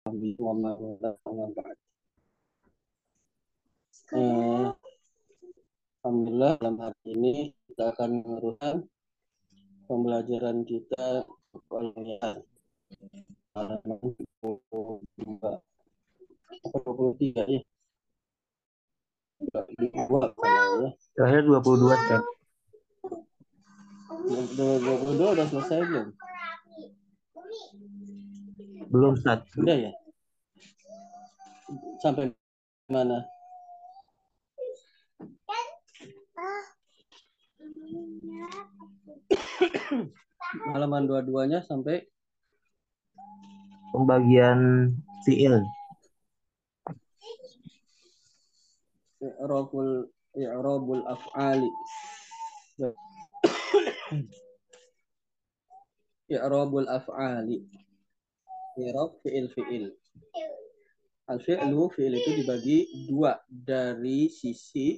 Alhamdulillah dalam hari ini kita akan meneruskan pembelajaran kita halaman 23 ya. 22 kayaknya. Terakhir 22 kan? 22 udah selesai belum? Belum Ustaz. Udah ya? Sampai mana? Halaman 22-nya sampai Pembagian fiil. i'rabul af'ali. I'rabul af'ali. I'rab fiil. Al-fi'lu, fi'il itu dibagi dua, dari sisi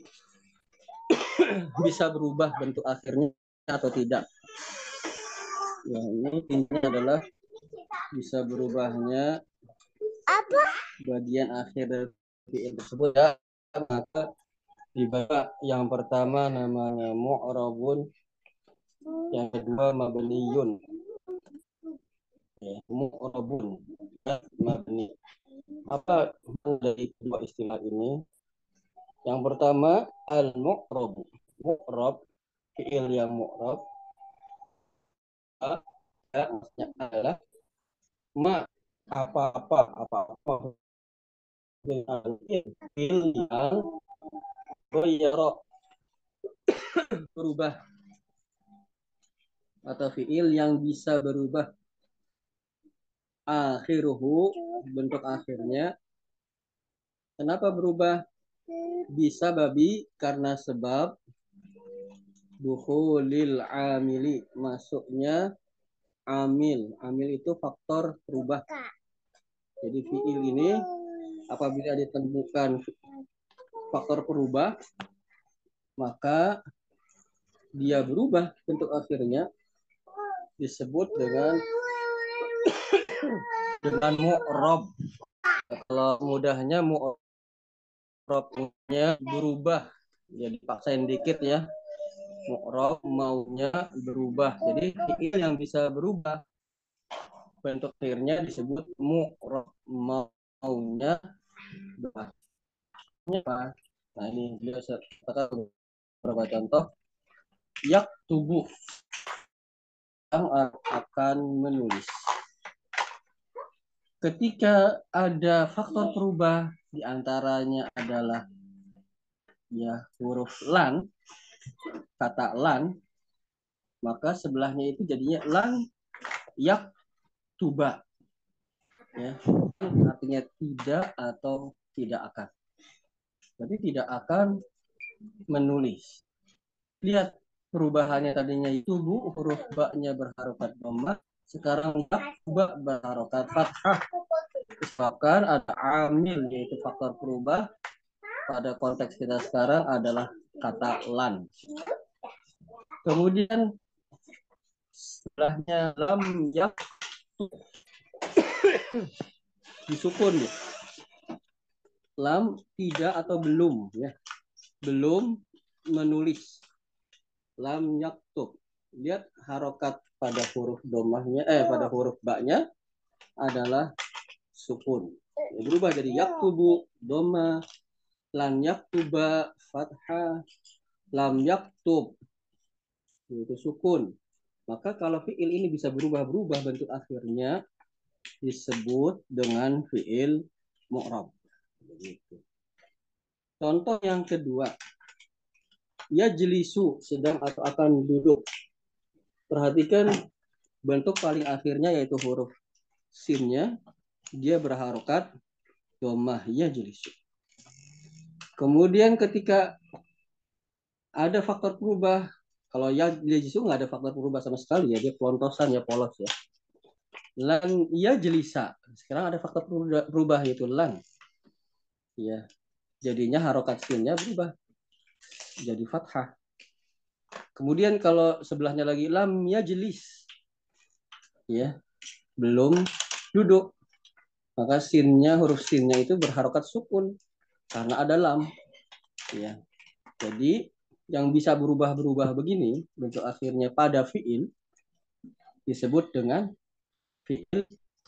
bisa berubah bentuk akhirnya atau tidak. Ya, ini intinya adalah bisa berubahnya bagian akhir dari fi'il tersebut ya. Maka dibagi yang pertama namanya mu'rabun, yang kedua mabniyun. Ya, mu'rabun ya, mabni. Apa dari kedua istilah ini? Yang pertama al-mu'rab. Mu'rab, fi'il yang mu'rab maksudnya adalah apa-apa fi'il yang berubah atau fi'il yang bisa berubah akhiruhu, bentuk akhirnya. Kenapa berubah? Bisa babi, karena sebab dukhulil amili, masuknya amil. Amil itu faktor perubah. Jadi fi'il ini apabila ditemukan faktor perubah, maka dia berubah bentuk akhirnya, disebut dengan mu'rab. Kalau mudahnya mu'rabnya berubah, jadi paksain dikit ya. Mu'rab maunya berubah. Jadi fi'il yang bisa berubah bentuk akhirnya disebut mu'rab, maunya berubah. Nah, ini beliau katakan beberapa contoh. Yaktubu, yang akan menulis. Ketika ada faktor perubah, diantaranya adalah ya huruf lan, kata lan, maka sebelahnya itu jadinya lan yaktuba, ya, artinya tidak atau tidak akan. Jadi tidak akan menulis. Lihat perubahannya, tadinya itu huruf ba-nya berharokat dhammah, sekarang yaktuba berharokat fathah. Disebabkan ada amil, yaitu faktor perubah. Pada konteks kita sekarang adalah kata lan. Kemudian setelahnya lam yaktub, disukun ya. Lam tidak atau belum ya. Belum menulis. Lam yaktub. Lihat harokat pada huruf domahnya, pada huruf ba-nya adalah sukun. Ya, berubah jadi yaktubu doma, lan yaktuba fathah, lam yaktub itu sukun. Maka kalau fi'il ini bisa berubah-berubah bentuk akhirnya, disebut dengan fi'il mu'rab. Begitu. Contoh yang kedua, yajlisu, sedang atau akan duduk. Perhatikan bentuk paling akhirnya yaitu huruf sinnya, dia berharokat dhammah, yajlisu. Kemudian ketika ada faktor perubah, kalau yajlisu nggak ada faktor perubah sama sekali ya, dia pelontosan ya, polos ya. Lan yajlisa, sekarang ada faktor perubah yaitu lan. Ya, jadinya harokat sinnya berubah jadi fathah. Kemudian kalau sebelahnya lagi lam yajlis, ya, belum duduk. Maka huruf sinnya itu berharokat sukun karena ada lam. Ya. Jadi yang bisa berubah-berubah begini bentuk akhirnya pada fiil disebut dengan fiil.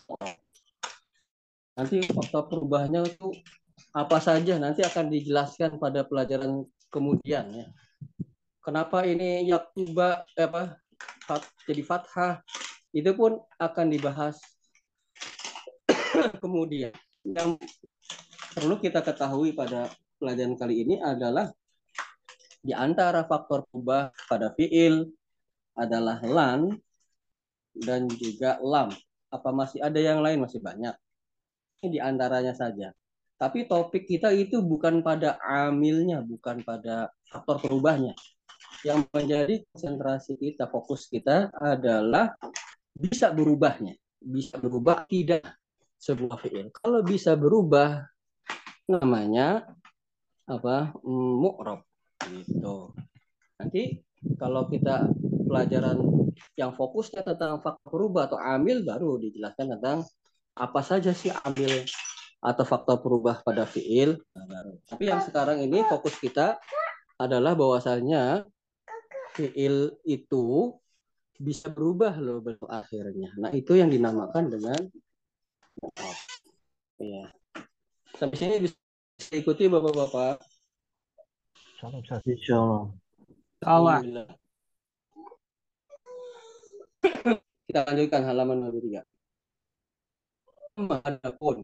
Nanti faktor perubahannya itu apa saja nanti akan dijelaskan pada pelajaran kemudian ya. Kenapa ini yaktuba jadi fathah itu pun akan dibahas kemudian. Yang perlu kita ketahui pada pelajaran kali ini adalah di antara faktor perubahan pada fiil adalah lan dan juga lam. Apa masih ada yang lain? Masih banyak. Ini di antaranya saja. Tapi topik kita itu bukan pada amilnya, bukan pada faktor perubahnya. Yang menjadi konsentrasi kita, fokus kita adalah bisa berubahnya. Bisa berubah tidak sebuah fiil. Kalau bisa berubah namanya apa? Mu'rab gitu. Nanti kalau kita pelajaran yang fokusnya tentang faktor perubah atau amil baru dijelaskan tentang apa saja sih amil atau faktor perubah pada fiil. Tapi yang sekarang ini fokus kita adalah bahwasanya fiil itu bisa berubah loh bentuk akhirnya. Nah, itu yang dinamakan dengan ya. Sampai sini bisa ikuti Bapak-bapak. Insya Allah. Alhamdulillah. Kita lanjutkan halaman 23. Adapun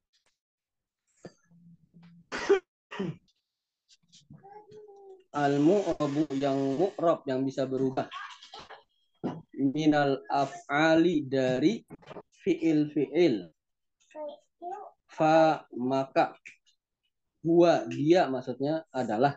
al-mu'rabu yang mu'rab yang bisa berubah minal af'ali dari fiil-fiil fa maka huwa dia maksudnya adalah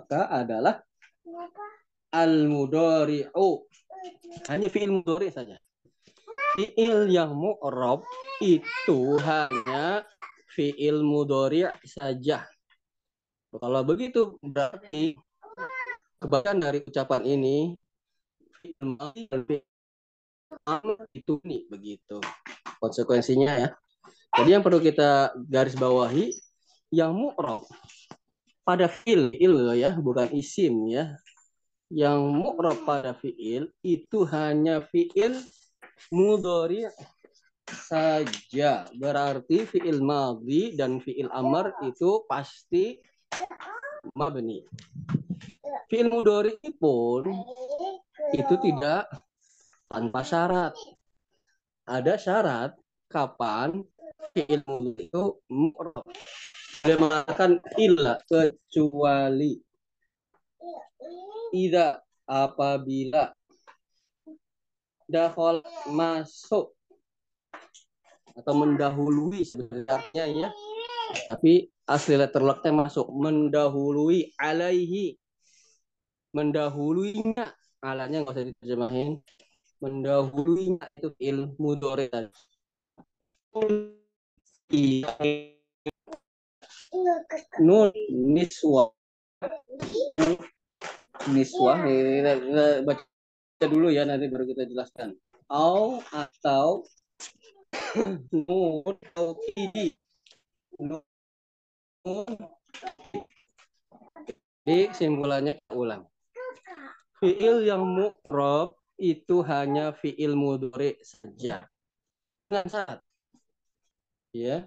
al-mudhari'u hanya fiil mudhari saja. Fiil yang mu'rab itu hanya fiil mudhari saja. Kalau begitu berarti kebanyakan dari ucapan ini fiil madhi dan fiil amr itu nih begitu konsekuensinya ya. Jadi yang perlu kita garis bawahi yang mu'rab pada fiil ya, bukan isim ya. Yang mu'rab pada fiil itu hanya fiil mudhari saja. Berarti fiil madhi dan fiil amr itu pasti mabni. Fiil mudhari pun itu tidak tanpa syarat. Ada syarat kapan fiil mudhari itu mu'rab. Dia mengatakan illa kecuali ida apabila dakhol masuk atau mendahului sebenarnya ya, tapi asli letter locknya masuk mendahului alaihi, mendahuluinya, alanya nggak usah diterjemahin, mendahuluinya itu ilmu dore tadi. Nun niswa kita baca dulu ya, nanti baru kita jelaskan. Atau nun taukidi. Jadi simpulannya ulang. Fiil yang mu'rab itu hanya fiil mudhari saja. Dengan syarat. Ya.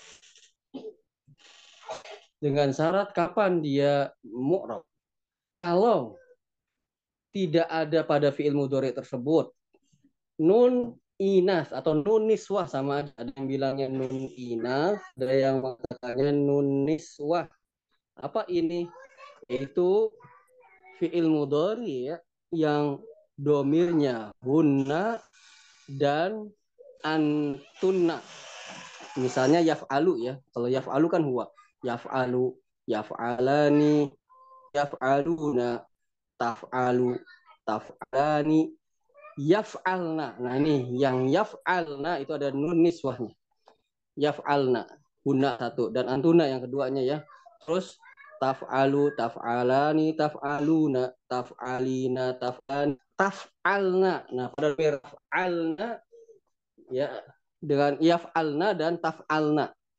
Dengan syarat kapan dia mu'rab. Kalau tidak ada pada fiil mudhari tersebut nun inas atau nun niswah, sama ada yang bilangnya nun inas, ada yang mengatakannya nun niswah. Apa ini? Yaitu fiil mudhari ya, yang domirnya hunna dan antunna. Misalnya yaf'alu ya. Kalau yaf'alu kan huwa. Yaf'alu, yaf'alani, yaf'aluna, taf'alu, taf'alani, yaf'alna. Nah ini yang yaf'alna itu ada nun niswahnya. Yaf'alna, hunna satu, dan antuna yang keduanya ya. Terus taf'alu, taf'alani, taf'aluna, taf'alina, taf'alna. Nah pada taf'alna ya, dengan yaf'alna dan taf'alna.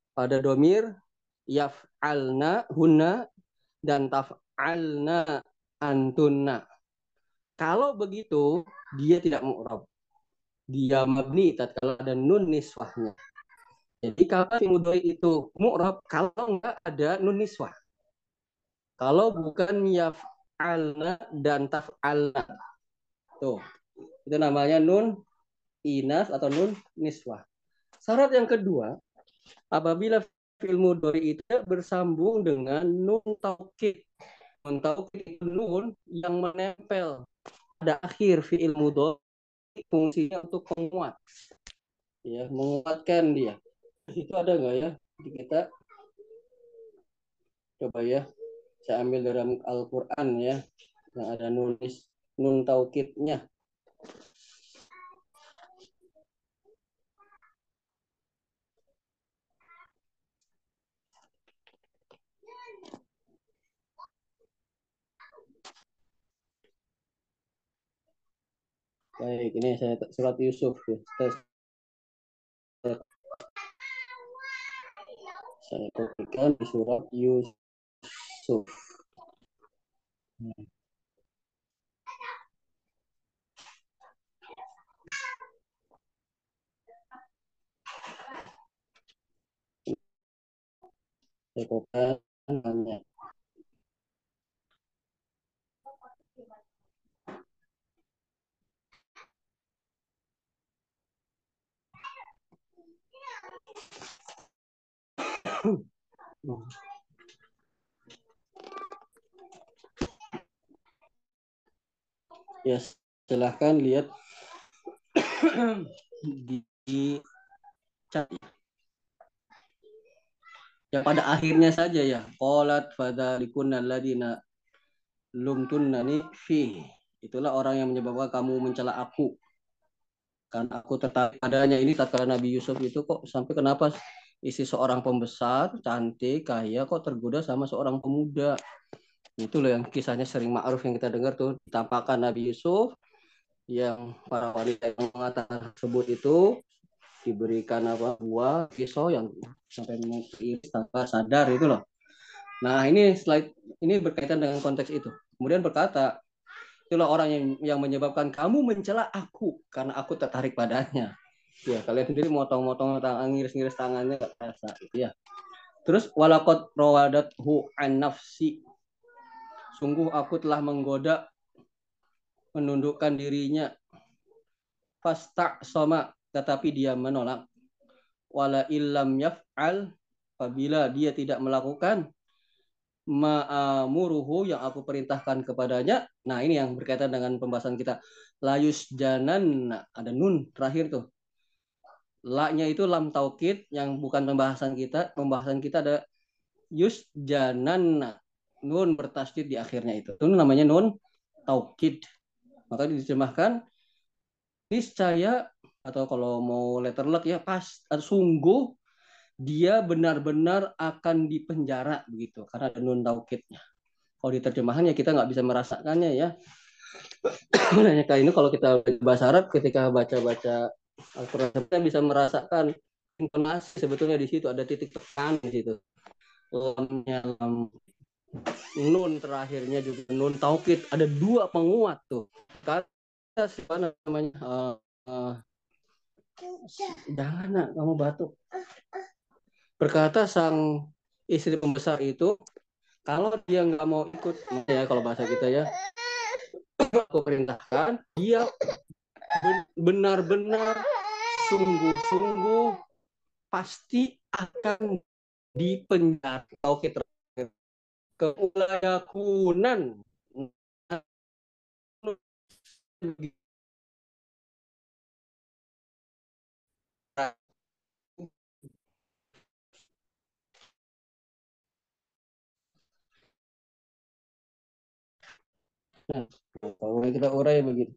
pada domir yaf'alna hunna dan taf'alna antunna. Kalau begitu dia tidak mu'rab. Dia mabni tatkala ada nun niswahnya. Jadi kapan fi'il mudhari itu mu'rab kalau enggak ada nun niswah. Kalau bukan yaf'alna dan taf'alna. Tuh. Itu namanya nun inas atau nun niswah. Syarat yang kedua, apabila fi'il mudhari itu bersambung dengan nun taukid. Nun taukid itu nun yang menempel pada akhir fi'il mudhari, fungsinya untuk penguat. Ya, menguatkan dia. Itu ada nggak ya di kita? Coba ya, saya ambil dalam Al-Quran ya, yang ada nulis nun taukidnya. Baik, ini saya surat Yusuf ya. Saya kopikan di surat Yusuf. Saya kopikan hanya. Ya, silahkan lihat di chat. Ya pada akhirnya saja ya. Qalat fadzalikunna alladziina lumtunnani fi. Itulah orang yang menyebabkan kamu mencela aku. Karena aku tertarik padanya. Ini tatkala Nabi Yusuf itu kok sampai kenapa isi seorang pembesar, cantik, kaya kok tergoda sama seorang pemuda. Itu loh yang kisahnya sering ma'ruf yang kita dengar tuh, ditampakkan Nabi Yusuf yang para wanita yang mengatakan tersebut itu diberikan apa buah pisau yang sampai mengiris tanpa sadar itu loh. Nah ini slide ini berkaitan dengan konteks itu. Kemudian berkata, itulah orang yang menyebabkan kamu mencela aku karena aku tertarik padanya. Ya kalian sendiri motong-motong tangan, ngiris-ngiris tangannya nggak terasa gitu ya. Terus walakot rawadathu an nafsi. Sungguh aku telah menggoda menundukkan dirinya. Fasta soma, tetapi dia menolak. Wala illam yaf'al, apabila dia tidak melakukan ma'amuruhu yang aku perintahkan kepadanya. Nah ini yang berkaitan dengan pembahasan kita. Layus janan, ada nun terakhir tuh. La-nya itu lam taukid yang bukan pembahasan kita. Pembahasan kita ada yus janan, nun bertasydid di akhirnya itu. Itu namanya nun taukid. Maka diterjemahkan niscaya atau kalau mau letter luck ya pas sungguh dia benar-benar akan dipenjara begitu karena ada nun taukidnya. Kalau diterjemahannya kita nggak bisa merasakannya ya. Hanya kayak ini kalau kita bahasa Arab ketika baca-baca Al-Quran kita bisa merasakan intonasi sebetulnya di situ ada titik tekan di situ. Lamnya lam, nun terakhirnya juga nun taukid ada dua penguat tuh. Kata siapa namanya? Jangan nak kamu batuk. Berkata sang istri pembesar itu kalau dia nggak mau ikut ya kalau bahasa kita ya aku perintahkan dia benar-benar sungguh-sungguh pasti akan dipenjara. Oke terakhir kemulayakunan nah, kalau kita urai begitu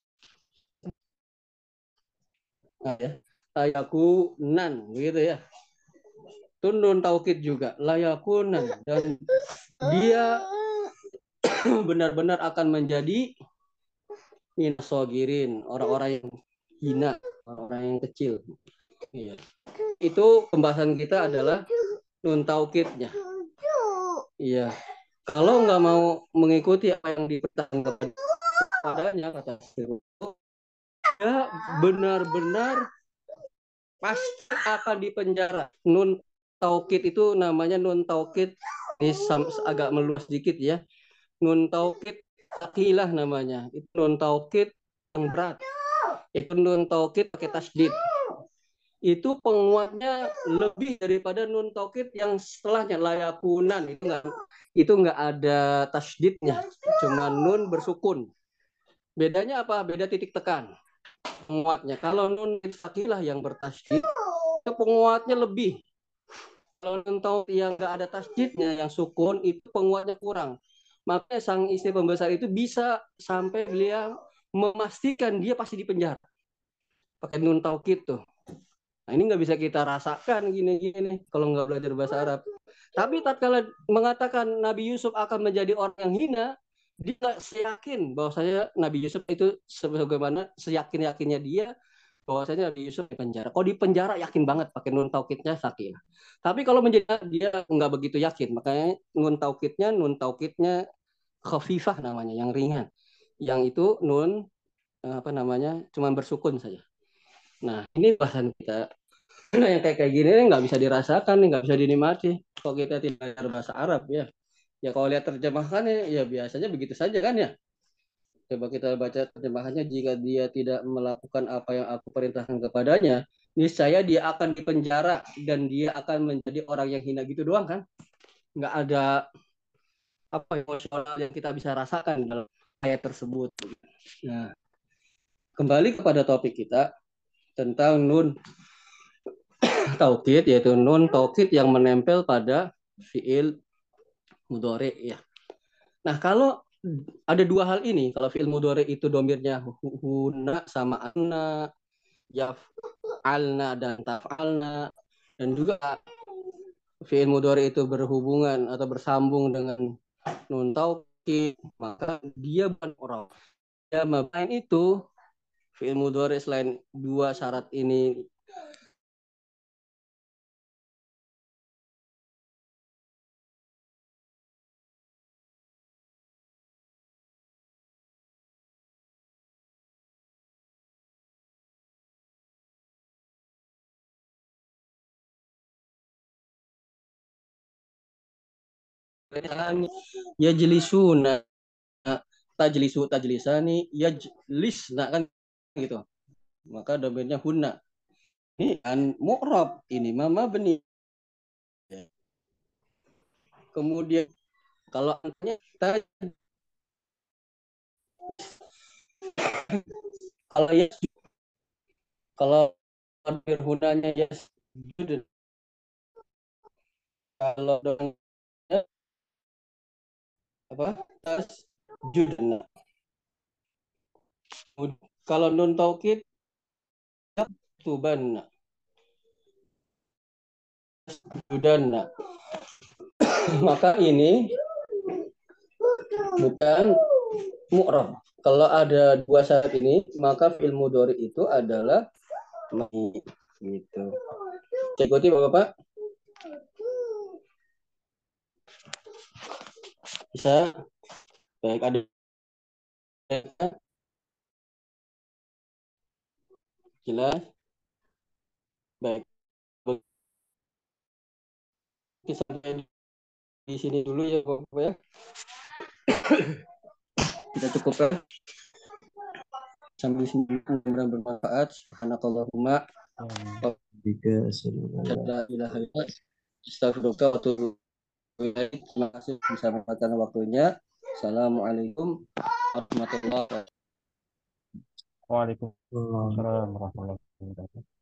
nah, ya layakunan begitu ya tundun taukid juga layakunan dan dia benar-benar akan menjadi minasogirin orang-orang yang hina orang-orang yang kecil iya itu pembahasan kita adalah nun taukidnya. Iya. Kalau nggak mau mengikuti apa yang diperintahkan kepadanya, kata Sirul, dia benar-benar pasti akan dipenjara. Nun taukid itu namanya nun taukid, ini agak meluas sedikit ya. Nun taukid takilah namanya. Itu nun taukid yang berat. Itu nun taukid pakai tasdid. Itu penguatnya lebih daripada nun taukid yang setelahnya layakunan. Itu nggak ada tasdidnya, cuma nun bersukun. Bedanya apa? Beda titik tekan penguatnya. Kalau nun sakilah yang bertasdid, itu penguatnya lebih. Kalau nun taukid yang nggak ada tasdidnya, yang sukun, itu penguatnya kurang. Makanya sang istri pembesar itu bisa sampai beliau memastikan dia pasti dipenjara. Pakai nun taukid tuh. Nah, ini nggak bisa kita rasakan gini-gini kalau nggak belajar bahasa Arab. Tapi tatkala mengatakan Nabi Yusuf akan menjadi orang yang hina, dia nggak yakin bahwa saya Nabi Yusuf itu sebagaimana seyakin-yakinnya dia bahwasanya Nabi Yusuf di penjara. Kalau di penjara yakin banget pakai nun taukidnya sakin. Tapi kalau menjadi dia nggak begitu yakin, makanya nun taukidnya khafifah namanya, yang ringan. Yang itu nun apa namanya, cuma bersukun saja. Nah, ini bahasan kita. Nah, yang kayak gini nggak bisa dirasakan, nggak bisa dinikmati kalau kita tidak belajar bahasa Arab ya. Ya kalau lihat terjemahannya ya biasanya begitu saja kan ya. Coba kita baca terjemahannya, jika dia tidak melakukan apa yang aku perintahkan kepadanya, niscaya dia akan dipenjara dan dia akan menjadi orang yang hina gitu doang kan. Nggak ada apa yang kita bisa rasakan dalam ayat tersebut. Nah, kembali kepada topik kita tentang nun taukid, yaitu nun taukid yang menempel pada fiil mudhari ya. Nah, kalau ada dua hal ini, kalau fiil mudhari itu domirnya huna sama anna, yaf'alna dan taf'alna, dan juga fiil mudhari itu berhubungan atau bersambung dengan nun taukid, maka dia bukan orang. Ya, selain itu fiil mudhari selain dua syarat ini yajlisuna, tajlisani, yajlisna kan gitu. Maka domainnya hunna. Ini an mu'rab, ini mama benih. Kemudian kalau angkanya kalau ya kalau hunanya ya kalau domainnya apa tas judna. Kalau nun taukid tubanna judanna. Maka ini bukan mu'rab. Kalau ada dua syarat ini, maka fi'il mudhari itu adalah mabni gitu. Saya ikuti Bapak-bapak. Bisa? Baik, ada jelas? Baik. Sampai di sini dulu ya Bapak ya. Kita cukupkan sampai di sini mudah-mudahan bermanfaat. Subhanakallahumma Jika la ilaha illa astagfirullah wa atubu ilaik. Terima kasih bisa mendapatkan waktunya. Assalamualaikum warahmatullahi wabarakatuh. Waalaikumsalam warahmatullahi wabarakatuh.